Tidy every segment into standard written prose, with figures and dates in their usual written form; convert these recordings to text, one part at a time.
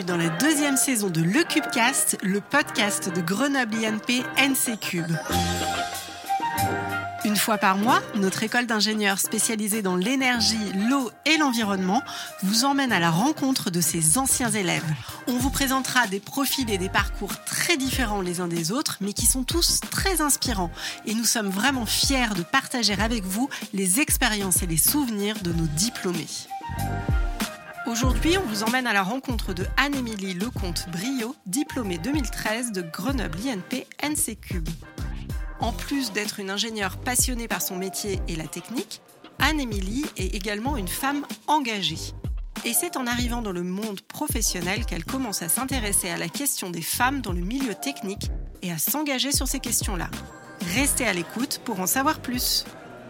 bienvenue dans la deuxième saison de Le Cubecast, le podcast de Grenoble INP NC Cube. Une fois par mois, notre école d'ingénieurs spécialisée dans l'énergie, l'eau et l'environnement vous emmène à la rencontre de ses anciens élèves. On vous présentera des profils et des parcours très différents les uns des autres, mais qui sont tous très inspirants. Et nous sommes vraiment fiers de partager avec vous les expériences et les souvenirs de nos diplômés. Aujourd'hui, on vous emmène à la rencontre de Anne-Émilie Lecomte-Briot, diplômée 2013 de Grenoble INP NC Cube. En plus d'être une ingénieure passionnée par son métier et la technique, Anne-Émilie est également une femme engagée. Et c'est en arrivant dans le monde professionnel qu'elle commence à s'intéresser à la question des femmes dans le milieu technique et à s'engager sur ces questions-là. Restez à l'écoute pour en savoir plus.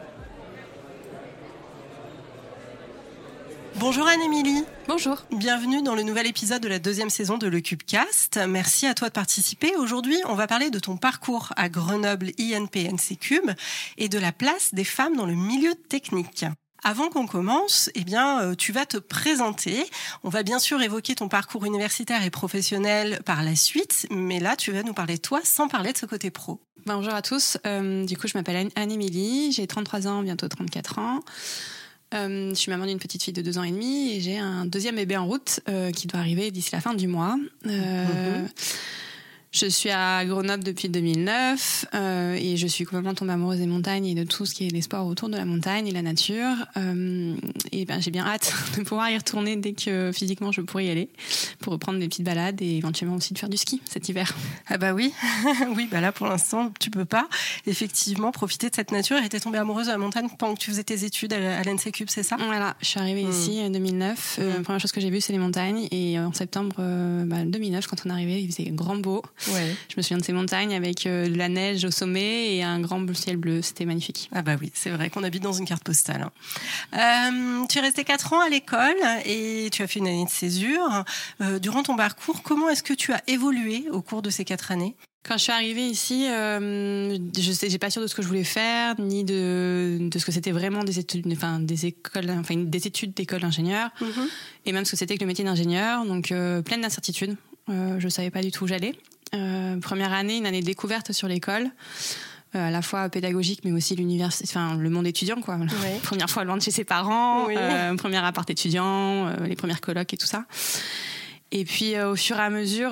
Bonjour Anne-Émilie. Bonjour. Bienvenue dans le nouvel épisode de la deuxième saison de Le Cubecast. Merci à toi de participer. Aujourd'hui, on va parler de ton parcours à Grenoble INP NC Cube et de la place des femmes dans le milieu technique. Avant qu'on commence, tu vas te présenter. On va bien sûr évoquer ton parcours universitaire et professionnel par la suite, mais là, tu vas nous parler de toi sans parler de ce côté pro. Bonjour à tous. Du coup, je m'appelle Anne-Émilie, j'ai 33 ans, bientôt 34 ans. Je suis maman d'une petite fille de 2 ans et demi et j'ai un deuxième bébé en route qui doit arriver d'ici la fin du mois. Je suis à Grenoble depuis 2009 et je suis complètement tombée amoureuse des montagnes et de tout ce qui est les sports autour de la montagne et la nature. J'ai bien hâte de pouvoir y retourner dès que physiquement je pourrai y aller pour reprendre des petites balades et éventuellement aussi de faire du ski cet hiver. Ah bah oui, oui, bah là pour l'instant tu peux pas effectivement profiter de cette nature et t'es tombée amoureuse de la montagne pendant que tu faisais tes études à l'NC Cube, c'est ça ? Voilà, je suis arrivée ici en 2009. La première chose que j'ai vue c'est les montagnes et en septembre 2009 quand on est arrivé il faisait grand beau. Ouais. Je me souviens de ces montagnes avec de la neige au sommet et un grand ciel bleu. C'était magnifique. Ah bah oui, c'est vrai qu'on habite dans une carte postale. Tu es resté 4 ans à l'école et tu as fait une année de césure. Durant ton parcours, comment est-ce que tu as évolué au cours de ces 4 années ? Quand je suis arrivée ici, j'ai pas sûr de ce que je voulais faire, ni de ce que c'était vraiment des études, des études d'école d'ingénieur, et même ce que c'était que le métier d'ingénieur. Donc pleine d'incertitudes. Je savais pas du tout où j'allais. Première année, une année de découverte sur l'école, à la fois pédagogique mais aussi le monde étudiant quoi. Ouais. Première fois loin de chez ses parents, premier appart étudiant, les premières colocs et tout ça. Et puis au fur et à mesure,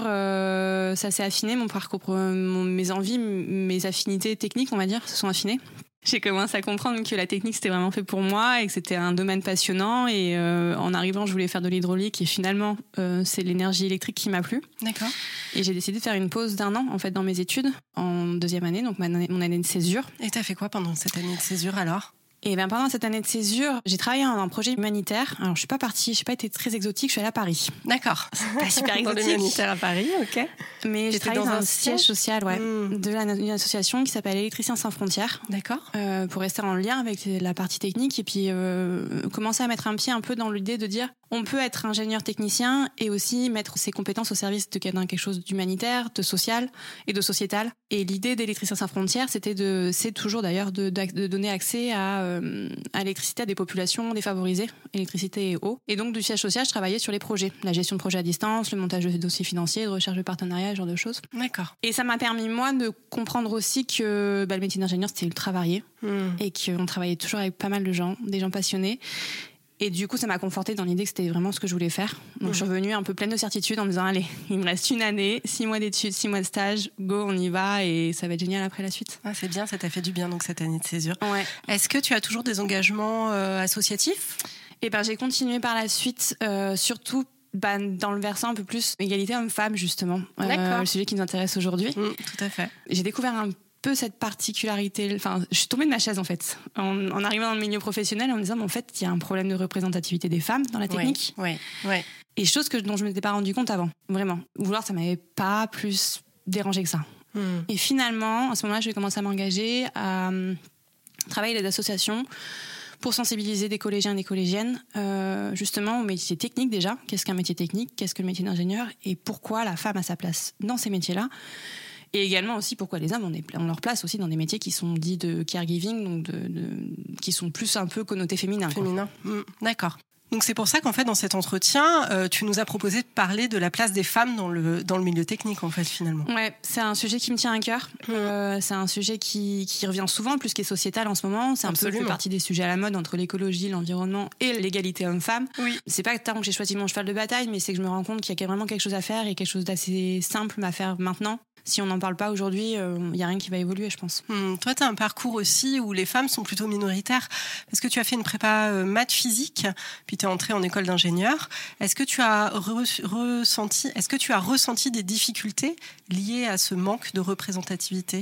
ça s'est affiné, mon parcours, mes envies, mes affinités techniques, on va dire, se sont affinées. J'ai commencé à comprendre que la technique c'était vraiment fait pour moi et que c'était un domaine passionnant et en arrivant je voulais faire de l'hydraulique et finalement c'est l'énergie électrique qui m'a plu. D'accord. Et j'ai décidé de faire une pause d'1 an en fait dans mes études en deuxième année, donc mon année de césure. Et t'as fait quoi pendant cette année de césure alors ? Et pendant cette année de césure, j'ai travaillé dans un projet humanitaire. Alors je suis pas partie, j'ai pas été très exotique, je suis allée à Paris. D'accord. Pas super exotique. Dans l'humanitaire à Paris, ok. Mais j'ai travaillé dans un siège social, d'une association qui s'appelle Électriciens sans frontières. D'accord. Pour rester en lien avec la partie technique et puis commencer à mettre un pied un peu dans l'idée de dire on peut être ingénieur technicien et aussi mettre ses compétences au service de quelque chose d'humanitaire, de social et de sociétal. Et l'idée d'Électriciens sans frontières, c'est toujours d'ailleurs de donner accès à l'électricité à des populations défavorisées, électricité et eau. Et donc du siège social, je travaillais sur les projets, la gestion de projets à distance, le montage de dossiers financiers, de recherche de partenariats, ce genre de choses. D'accord. Et ça m'a permis moi de comprendre aussi que le métier d'ingénieur c'était ultra varié et qu'on travaillait toujours avec pas mal de gens, des gens passionnés. Et du coup, ça m'a confortée dans l'idée que c'était vraiment ce que je voulais faire. Donc, je suis revenue un peu pleine de certitude en me disant, allez, il me reste une année, 6 mois d'études, 6 mois de stage, go, on y va et ça va être génial après la suite. Ah, c'est bien, ça t'a fait du bien donc cette année de césure. Ouais. Est-ce que tu as toujours des engagements associatifs ? J'ai continué par la suite, surtout dans le versant un peu plus égalité homme-femme, justement. D'accord. Le sujet qui nous intéresse aujourd'hui. Tout à fait. J'ai découvert un peu cette particularité, je suis tombée de ma chaise en fait en arrivant dans le milieu professionnel en me disant mais en fait il y a un problème de représentativité des femmes dans la technique. Ouais. Et chose dont je m'étais pas rendu compte avant, vraiment. Vouloir, ça m'avait pas plus dérangé que ça. Et finalement à ce moment-là j'ai commencé à m'engager à travailler avec des associations pour sensibiliser des collégiens et des collégiennes justement au métier technique déjà. Qu'est-ce qu'un métier technique ? Qu'est-ce que le métier d'ingénieur ? Et pourquoi la femme a sa place dans ces métiers-là ? Et également aussi pourquoi les hommes ont leur place aussi dans des métiers qui sont dits de caregiving, donc qui sont plus un peu connotés féminins. Féminin. D'accord. Donc c'est pour ça qu'en fait dans cet entretien, tu nous as proposé de parler de la place des femmes dans le milieu technique en fait finalement. Ouais, c'est un sujet qui me tient à cœur. C'est un sujet qui revient souvent, plus qui est sociétal en ce moment. C'est un peu fait partie des sujets à la mode entre l'écologie, l'environnement et l'égalité homme-femme. Oui. C'est pas tant que j'ai choisi mon cheval de bataille, mais c'est que je me rends compte qu'il y a vraiment quelque chose à faire et quelque chose d'assez simple à faire maintenant. Si on n'en parle pas aujourd'hui, il n'y a rien qui va évoluer, je pense. Toi, tu as un parcours aussi où les femmes sont plutôt minoritaires. Parce que tu as fait une prépa maths physique, puis tu es entrée en école d'ingénieur. Est-ce que tu as ressenti des difficultés liées à ce manque de représentativité ?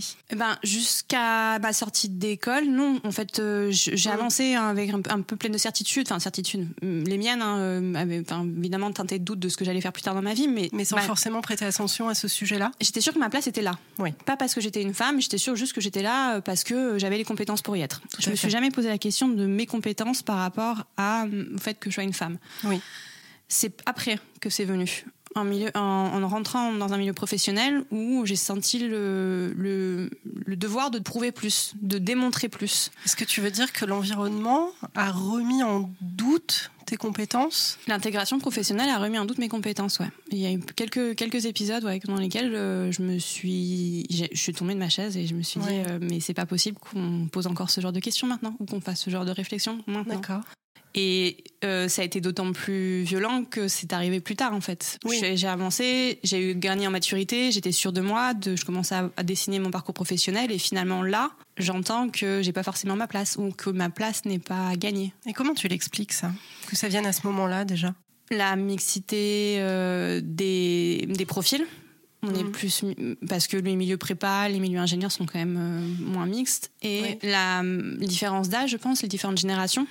Jusqu'à ma sortie d'école, non. En fait, j'ai avancé avec un peu pleine de certitudes. Enfin, certitudes. Les miennes avaient évidemment teinté de doute de ce que j'allais faire plus tard dans ma vie. Mais sans forcément prêter attention à ce sujet-là ? J'étais sûre que ma place était là. Oui. Pas parce que j'étais une femme, j'étais sûre juste que j'étais là parce que j'avais les compétences pour y être. Je me suis jamais posé la question de mes compétences par rapport au fait que je sois une femme. Oui. C'est après que c'est venu. En rentrant dans un milieu professionnel où j'ai senti le devoir de prouver plus, de démontrer plus. Est-ce que tu veux dire que l'environnement a remis en doute tes compétences ? L'intégration professionnelle a remis en doute mes compétences, ouais. Il y a eu quelques épisodes dans lesquels je suis tombée de ma chaise et je me suis dit mais c'est pas possible qu'on pose encore ce genre de questions maintenant ou qu'on fasse ce genre de réflexion maintenant. D'accord. Et ça a été d'autant plus violent que c'est arrivé plus tard en fait. Oui. J'ai avancé, j'ai gagné en maturité, j'étais sûre de moi, je commençais à dessiner mon parcours professionnel et finalement là, j'entends que j'ai pas forcément ma place ou que ma place n'est pas gagnée. Et comment tu l'expliques ça ? Que ça vienne à ce moment-là déjà ? La mixité des profils. On est plus parce que les milieux prépa, les milieux ingénieurs sont quand même moins mixtes et la différence d'âge, je pense, les différentes générations,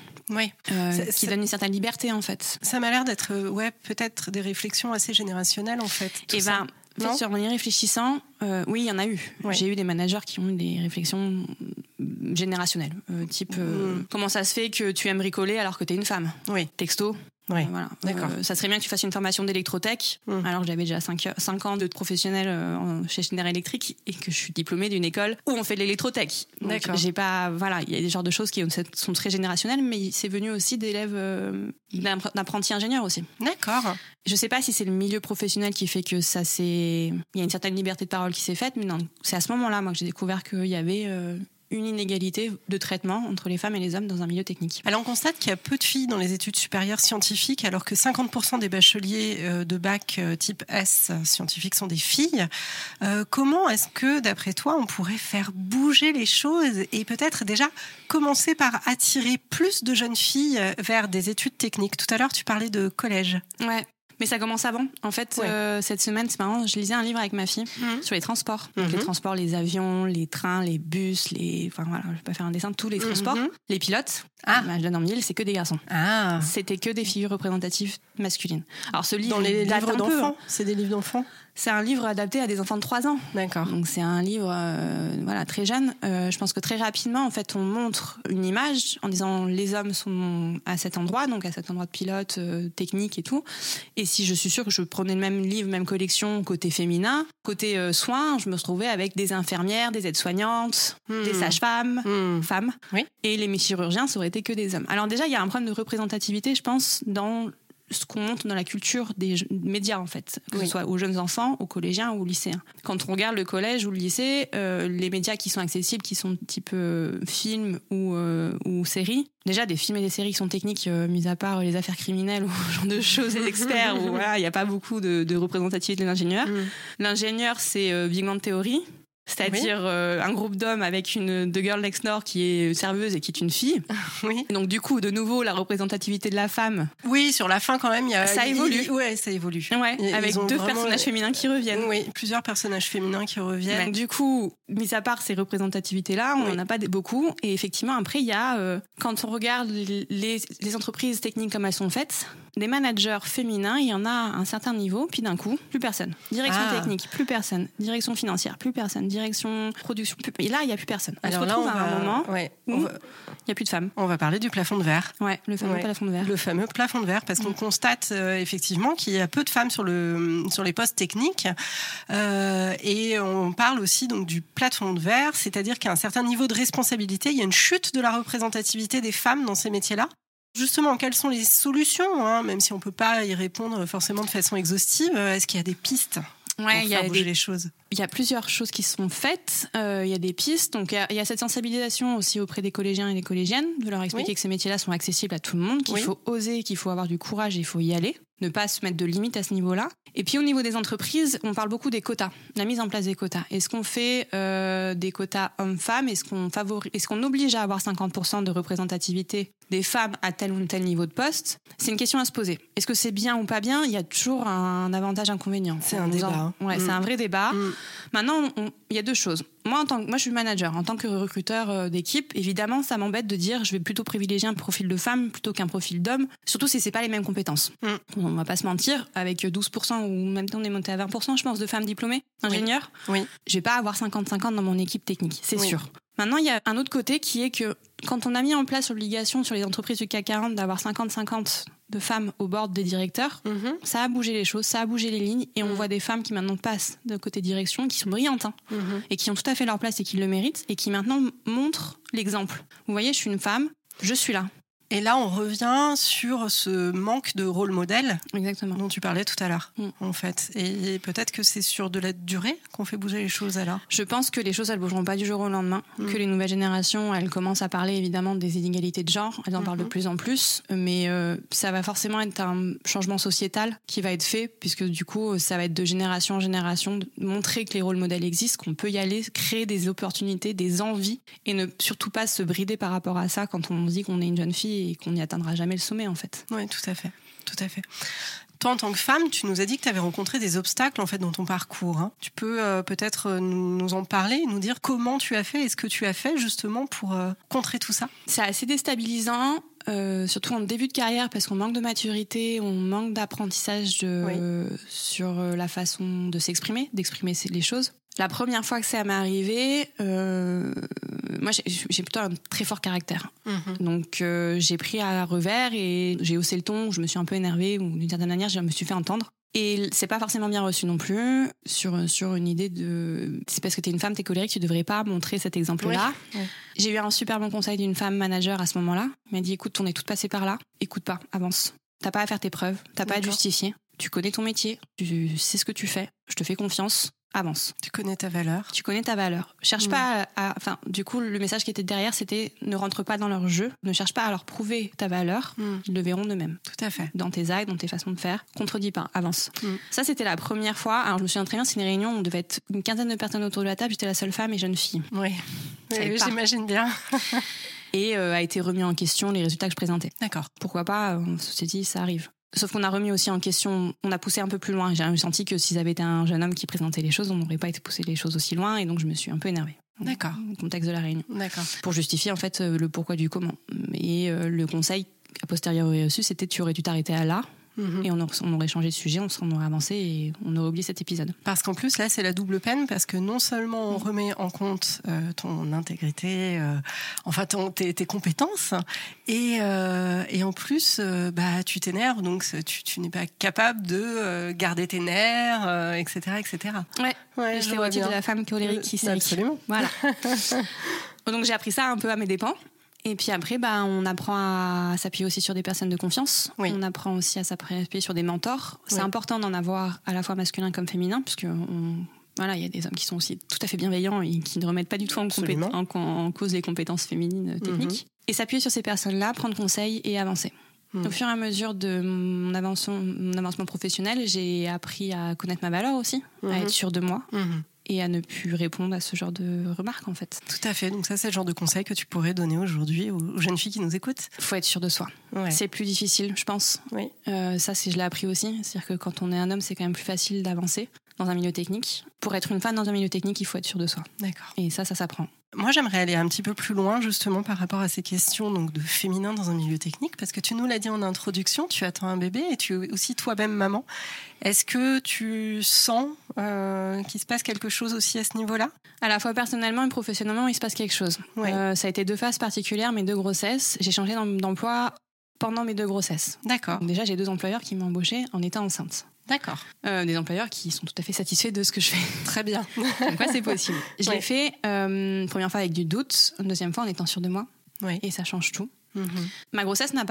qui donnent une certaine liberté en fait. Ça m'a l'air d'être peut-être des réflexions assez générationnelles en fait. Et en y réfléchissant, oui, il y en a eu. Ouais. J'ai eu des managers qui ont eu des réflexions générationnelles, type comment ça se fait que tu aimes bricoler alors que t'es une femme ? Oui. Texto. Ouais. Voilà. D'accord. Ça serait bien que tu fasses une formation d'électrotech, alors que j'avais déjà 5 ans de professionnel chez Schneider Electric et que je suis diplômée d'une école où on fait de l'électrotech. Donc, d'accord. Il y a des genres de choses qui sont très générationnelles, mais c'est venu aussi d'élèves d'apprentis ingénieurs aussi. D'accord. Je sais pas si c'est le milieu professionnel qui fait que il y a une certaine liberté de parole qui s'est faite, mais non, c'est à ce moment-là moi que j'ai découvert qu'il y avait une inégalité de traitement entre les femmes et les hommes dans un milieu technique. Alors on constate qu'il y a peu de filles dans les études supérieures scientifiques, alors que 50% des bacheliers de bac type S scientifiques sont des filles. Comment est-ce que, d'après toi, on pourrait faire bouger les choses et peut-être déjà commencer par attirer plus de jeunes filles vers des études techniques ? Tout à l'heure, tu parlais de collège. Ouais. Mais ça commence avant. En fait, cette semaine, c'est marrant, je lisais un livre avec ma fille sur les transports. Donc, les transports, les avions, les trains, les bus, enfin voilà, je vais pas faire un dessin, tous les transports. Les pilotes, là dans le milieu, c'est que des garçons. Ah. C'était que des figures représentatives masculines. Alors ce livre, dans les livres d'enfants, c'est des livres d'enfants. C'est un livre adapté à des enfants de 3 ans. D'accord. Donc c'est un livre très jeune. Je pense que très rapidement, en fait, on montre une image en disant les hommes sont à cet endroit, donc à cet endroit de pilote, technique et tout. Et si je suis sûre que je prenais le même livre, même collection, côté féminin, côté soins, je me retrouvais avec des infirmières, des aides-soignantes, des sages-femmes, femmes. Oui. Et les chirurgiens, ça aurait été que des hommes. Alors déjà, il y a un problème de représentativité, je pense, dans ce qu'on montre dans la culture des médias en fait, que ce soit aux jeunes enfants, aux collégiens ou aux lycéens. Quand on regarde le collège ou le lycée, les médias qui sont accessibles, qui sont type films ou séries, déjà des films et des séries qui sont techniques, mis à part les affaires criminelles ou ce genre de choses, les experts, où voilà, il n'y a pas beaucoup de représentativité de l'ingénieur. L'ingénieur, c'est Big Bang Theory. C'est-à-dire un groupe d'hommes avec une The Girl Next Door qui est serveuse et qui est une fille. Oui. Donc du coup, de nouveau, la représentativité de la femme. Oui, sur la fin quand même, ça évolue. Ouais, ça évolue. Ouais, avec 2 personnages féminins qui reviennent. Oui, plusieurs personnages féminins qui reviennent. Donc du coup, mis à part ces représentativités-là, on n'en a pas beaucoup. Et effectivement, après, il y a, quand on regarde les entreprises techniques comme elles sont faites, des managers féminins, il y en a à un certain niveau, puis d'un coup, plus personne. Direction technique, plus personne. Direction financière, plus personne. Direction production, plus... Et là, il n'y a plus personne. Alors là, on va à un moment où il n'y a plus de femmes. On va parler du plafond de verre. Ouais, le fameux plafond de verre. Le fameux plafond de verre, parce qu'on constate effectivement qu'il y a peu de femmes sur les postes techniques. Et on parle aussi donc du plafond de verre, c'est-à-dire qu'il y a un certain niveau de responsabilité. Il y a une chute de la représentativité des femmes dans ces métiers-là. Justement, quelles sont les solutions, même si on ne peut pas y répondre forcément de façon exhaustive? Est-ce qu'il y a des pistes pour faire bouger les choses? Il y a plusieurs choses qui sont faites. Il y a des pistes. Donc, il y a cette sensibilisation aussi auprès des collégiens et des collégiennes, de leur expliquer que ces métiers-là sont accessibles à tout le monde, qu'il faut oser, qu'il faut avoir du courage et il faut y aller. Ne pas se mettre de limites à ce niveau-là. Et puis au niveau des entreprises, on parle beaucoup des quotas, la mise en place des quotas. Est-ce qu'on fait des quotas hommes-femmes? Est-ce qu'on oblige à avoir 50% de représentativité des femmes à tel ou tel niveau de poste? C'est une question à se poser. Est-ce que c'est bien ou pas bien? Il y a toujours un avantage-inconvénient. C'est un débat. C'est un vrai débat. Maintenant, il y a deux choses. Moi, je suis manager. En tant que recruteur d'équipe, évidemment, ça m'embête de dire je vais plutôt privilégier un profil de femme plutôt qu'un profil d'homme, surtout si c'est pas les mêmes compétences. On va pas se mentir, avec 12% ou même temps on est monté à 20%, je pense, de femmes diplômées, ingénieurs. Je vais pas avoir 50-50 dans mon équipe technique, c'est sûr. Maintenant, il y a un autre côté qui est que quand on a mis en place l'obligation sur les entreprises du CAC 40 d'avoir 50-50 de femmes au board des directeurs, ça a bougé les choses, ça a bougé les lignes et on voit des femmes qui maintenant passent de côté direction, qui sont brillantes et qui ont tout à fait leur place et qui le méritent et qui maintenant montrent l'exemple. Vous voyez, je suis une femme, je suis là. Et là, on revient sur ce manque de rôle modèle dont tu parlais tout à l'heure, en fait. Et peut-être que c'est sur de la durée qu'on fait bouger les choses, alors. Je pense que les choses, elles bougeront pas du jour au lendemain. Que les nouvelles générations, elles commencent à parler évidemment des inégalités de genre. Elles en parlent de plus en plus. Mais ça va forcément être un changement sociétal qui va être fait, puisque du coup, ça va être de génération en génération, de montrer que les rôles modèles existent, qu'on peut y aller, créer des opportunités, des envies, et ne surtout pas se brider par rapport à ça quand on se dit qu'on est une jeune fille et qu'on n'y atteindra jamais le sommet, en fait. Oui, tout à fait. Toi, en tant que femme, tu nous as dit que tu avais rencontré des obstacles en fait dans ton parcours. Tu peux peut-être nous en parler, nous dire comment tu as fait et ce que tu as fait justement pour contrer tout ça? C'est assez déstabilisant, surtout en début de carrière, parce qu'on manque de maturité, on manque d'apprentissage sur la façon de s'exprimer, d'exprimer les choses. La première fois que ça m'est arrivé, moi j'ai plutôt un très fort caractère. Donc j'ai pris à revers et j'ai haussé le ton, je me suis un peu énervée, ou d'une certaine manière je me suis fait entendre. Et c'est pas forcément bien reçu non plus sur une idée de c'est parce que t'es une femme, t'es colérique, tu devrais pas montrer cet exemple-là. J'ai eu un super bon conseil d'une femme manager à ce moment-là. Elle m'a dit écoute, on est toutes passées par là, écoute pas, avance. T'as pas à faire tes preuves, t'as pas à te justifier. Tu connais ton métier, tu sais ce que tu fais, je te fais confiance. Avance. Tu connais ta valeur. Cherche pas enfin, du coup, le message qui était derrière, c'était ne rentre pas dans leur jeu, ne cherche pas à leur prouver ta valeur, ils le verront d'eux-mêmes. Tout à fait. Dans tes actes, dans tes façons de faire, contredis pas, avance. Ça, c'était la première fois. Alors, je me souviens très bien, c'est une réunion, on devait être une quinzaine de personnes autour de la table, j'étais la seule femme et jeune fille. Oui, j'imagine bien. Et a été remis en question les résultats que je présentais. D'accord. Pourquoi pas, on s'est dit, ça arrive. Sauf qu'on a remis aussi en question, on a poussé un peu plus loin. J'ai senti que si ça avait été un jeune homme qui présentait les choses, on n'aurait pas été poussé les choses aussi loin, et donc je me suis un peu énervée. D'accord. Au contexte de la réunion. D'accord. Pour justifier en fait le pourquoi du comment. Et le conseil a posteriori reçu, c'était tu aurais dû t'arrêter à là. Et on aurait changé de sujet, on aurait avancé et on aurait oublié cet épisode. Parce qu'en plus, là, c'est la double peine, parce que non seulement on remet en compte ton intégrité, tes compétences, et en plus, tu t'énerves, donc tu n'es pas capable de garder tes nerfs, etc., etc. Ouais, je stéréotype de la femme colérique qui s'irrite. Absolument. Voilà. Donc j'ai appris ça un peu à mes dépens. Et puis après, on apprend à s'appuyer aussi sur des personnes de confiance. On apprend aussi à s'appuyer sur des mentors. C'est important d'en avoir à la fois masculin comme féminin, puisque il y a des hommes qui sont aussi tout à fait bienveillants et qui ne remettent pas du tout en cause les compétences féminines techniques. Et s'appuyer sur ces personnes-là, prendre conseil et avancer. Au fur et à mesure de mon avancement professionnel, j'ai appris à connaître ma valeur aussi, à être sûre de moi. Et à ne plus répondre à ce genre de remarques, en fait. Tout à fait. Donc ça, c'est le genre de conseil que tu pourrais donner aujourd'hui aux jeunes filles qui nous écoutent. Il faut être sûr de soi. C'est plus difficile, je pense. Ça, je l'ai appris aussi. C'est-à-dire que quand on est un homme, c'est quand même plus facile d'avancer dans un milieu technique. Pour être une femme dans un milieu technique, il faut être sûr de soi. D'accord. Et ça s'apprend. Moi, j'aimerais aller un petit peu plus loin, justement, par rapport à ces questions donc, de féminin dans un milieu technique, parce que tu nous l'as dit en introduction, tu attends un bébé et tu es aussi toi-même maman. Est-ce que tu sens qu'il se passe quelque chose aussi à ce niveau-là? À la fois personnellement et professionnellement, il se passe quelque chose. Ça a été 2 phases particulières, mes 2 grossesses. J'ai changé d'emploi pendant mes 2 grossesses. D'accord. Donc déjà, j'ai 2 employeurs qui m'ont embauchée en étant enceinte. D'accord. Des employeurs qui sont tout à fait satisfaits de ce que je fais. Très bien. Donc quoi, c'est possible. Je l'ai fait première fois avec du doute, une deuxième fois en étant sûre de moi. Et ça change tout. Ma grossesse n'a pas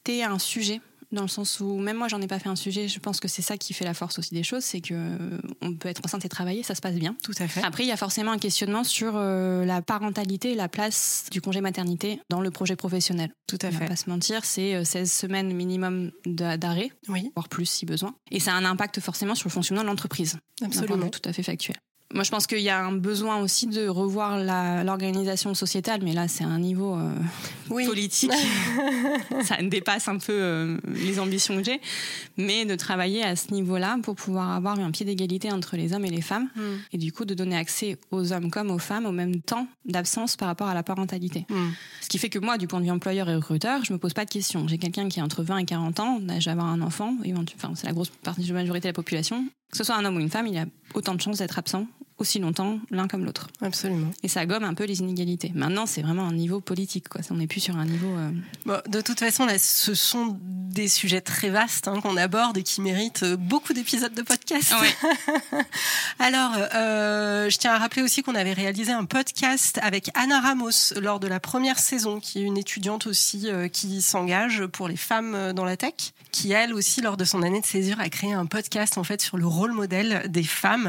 adapté à un sujet. Dans le sens où, même moi, j'en ai pas fait un sujet. Je pense que c'est ça qui fait la force aussi des choses, c'est qu'on peut être enceinte et travailler, ça se passe bien. Tout à fait. Après, il y a forcément un questionnement sur la parentalité et la place du congé maternité dans le projet professionnel. Tout à fait. On va pas se mentir, c'est 16 semaines minimum d'arrêt, voire plus si besoin. Et ça a un impact forcément sur le fonctionnement de l'entreprise. Absolument. Tout à fait factuel. Moi, je pense qu'il y a un besoin aussi de revoir l'organisation sociétale, mais là, c'est un niveau politique. Ça dépasse un peu les ambitions que j'ai, mais de travailler à ce niveau-là pour pouvoir avoir un pied d'égalité entre les hommes et les femmes, et du coup de donner accès aux hommes comme aux femmes au même temps d'absence par rapport à la parentalité. Ce qui fait que moi, du point de vue employeur et recruteur, je me pose pas de questions. J'ai quelqu'un qui est entre 20 et 40 ans, je vais avoir un enfant, c'est la grosse majorité de la population. Que ce soit un homme ou une femme, il a autant de chances d'être absent aussi longtemps l'un comme l'autre. Absolument. Et ça gomme un peu les inégalités. Maintenant, c'est vraiment un niveau politique, quoi. On n'est plus sur un niveau... Bon, de toute façon, là, ce sont des sujets très vastes qu'on aborde et qui méritent beaucoup d'épisodes de podcast. Ouais. Alors, je tiens à rappeler aussi qu'on avait réalisé un podcast avec Anna Ramos lors de la première saison, qui est une étudiante aussi qui s'engage pour les femmes dans la tech, qui, elle aussi, lors de son année de césure, a créé un podcast en fait sur le rôle modèle des femmes.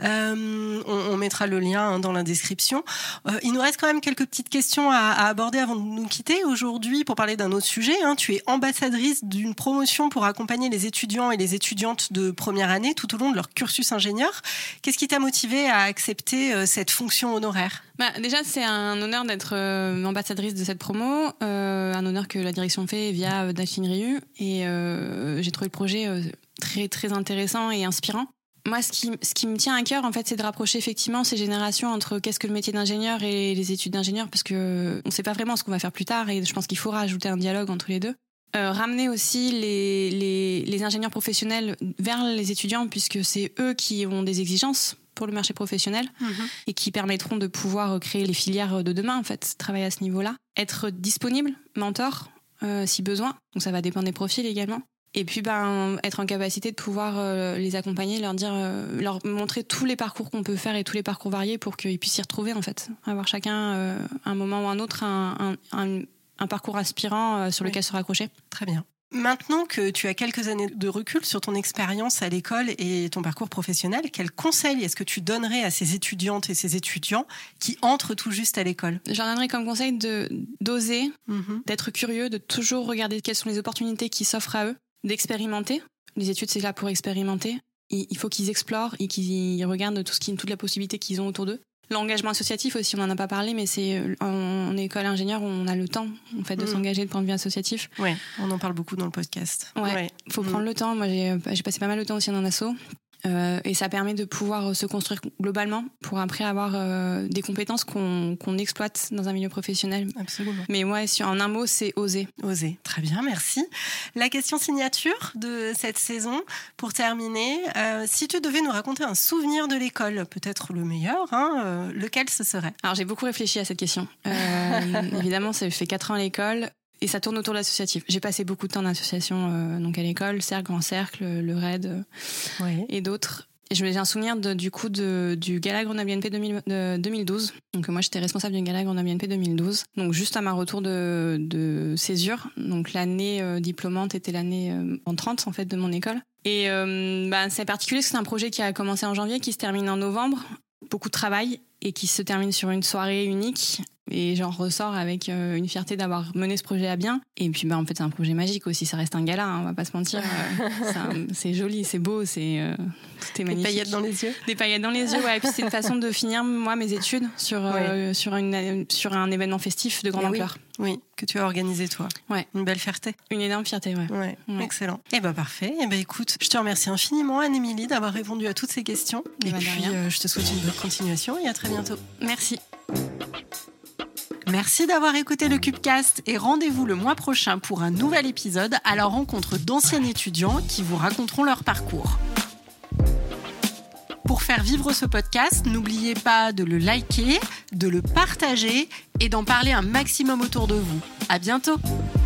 On mettra le lien dans la description. Il nous reste quand même quelques petites questions à aborder avant de nous quitter. Aujourd'hui, pour parler d'un autre sujet, tu es ambassadrice d'une promotion pour accompagner les étudiants et les étudiantes de première année tout au long de leur cursus ingénieur. Qu'est-ce qui t'a motivée à accepter cette fonction honoraire ? Déjà, c'est un honneur d'être ambassadrice de cette promo, un honneur que la direction fait via Delphine Rieu, et j'ai trouvé le projet très, très intéressant et inspirant. Moi, ce qui me tient à cœur, en fait, c'est de rapprocher effectivement ces générations entre qu'est-ce que le métier d'ingénieur et les études d'ingénieur, parce que on sait pas vraiment ce qu'on va faire plus tard, et je pense qu'il faut rajouter un dialogue entre les deux. Ramener aussi les ingénieurs professionnels vers les étudiants, puisque c'est eux qui ont des exigences pour le marché professionnel et qui permettront de pouvoir créer les filières de demain, en fait, travailler à ce niveau-là. Être disponible, mentor, si besoin. Donc ça va dépendre des profils également. Et puis être en capacité de pouvoir les accompagner, leur dire, leur montrer tous les parcours qu'on peut faire et tous les parcours variés pour qu'ils puissent s'y retrouver, en fait. Avoir chacun, un moment ou un autre, un parcours inspirant sur lequel se raccrocher. Très bien. Maintenant que tu as quelques années de recul sur ton expérience à l'école et ton parcours professionnel, quels conseils est-ce que tu donnerais à ces étudiantes et ces étudiants qui entrent tout juste à l'école ? J'en donnerais comme conseil d'oser, d'être curieux, de toujours regarder quelles sont les opportunités qui s'offrent à eux, d'expérimenter. Les études, c'est là pour expérimenter. Il faut qu'ils explorent et qu'ils regardent toute la possibilité qu'ils ont autour d'eux. L'engagement associatif aussi, on n'en a pas parlé, mais c'est en école ingénieure, on a le temps en fait, de s'engager de point de vue associatif. Ouais, on en parle beaucoup dans le podcast. Ouais. Faut prendre le temps. Moi, j'ai passé pas mal de temps aussi en asso. Et ça permet de pouvoir se construire globalement pour après avoir des compétences qu'on exploite dans un milieu professionnel. Absolument. Mais ouais, en un mot, c'est oser. Oser. Très bien, merci. La question signature de cette saison, pour terminer, si tu devais nous raconter un souvenir de l'école, peut-être le meilleur, lequel ce serait ? Alors j'ai beaucoup réfléchi à cette question. Évidemment, ça fait 4 ans à l'école. Et ça tourne autour de l'associatif. J'ai passé beaucoup de temps en association donc à l'école, Cercle, Grand Cercle, le RAID et d'autres. Et j'ai un souvenir du Gala Grenoble INP 2012. Donc moi, j'étais responsable du Gala Grenoble INP 2012. Donc juste à ma retour de césure. Donc l'année diplômante était l'année en 30 en fait de mon école. Et c'est particulier parce que c'est un projet qui a commencé en janvier, qui se termine en novembre. Beaucoup de travail et qui se termine sur une soirée unique. Et j'en ressors avec une fierté d'avoir mené ce projet à bien. Et puis en fait c'est un projet magique aussi, ça reste un gala, on va pas se mentir. C'est joli, c'est beau, tout est magnifique. Des paillettes dans les yeux. Des paillettes dans les yeux, ouais. Et puis c'est une façon de finir moi mes études sur un événement festif de grande ampleur. Oui, que tu as organisé toi. Ouais. Une belle fierté. Une énorme fierté, ouais. Ouais. Excellent. Parfait. Écoute, je te remercie infiniment Anne-Émilie d'avoir répondu à toutes ces questions. Et puis je te souhaite une bonne continuation et à très bientôt. Merci. Merci d'avoir écouté le Cubecast et rendez-vous le mois prochain pour un nouvel épisode à la rencontre d'anciens étudiants qui vous raconteront leur parcours. Pour faire vivre ce podcast, n'oubliez pas de le liker, de le partager et d'en parler un maximum autour de vous. À bientôt!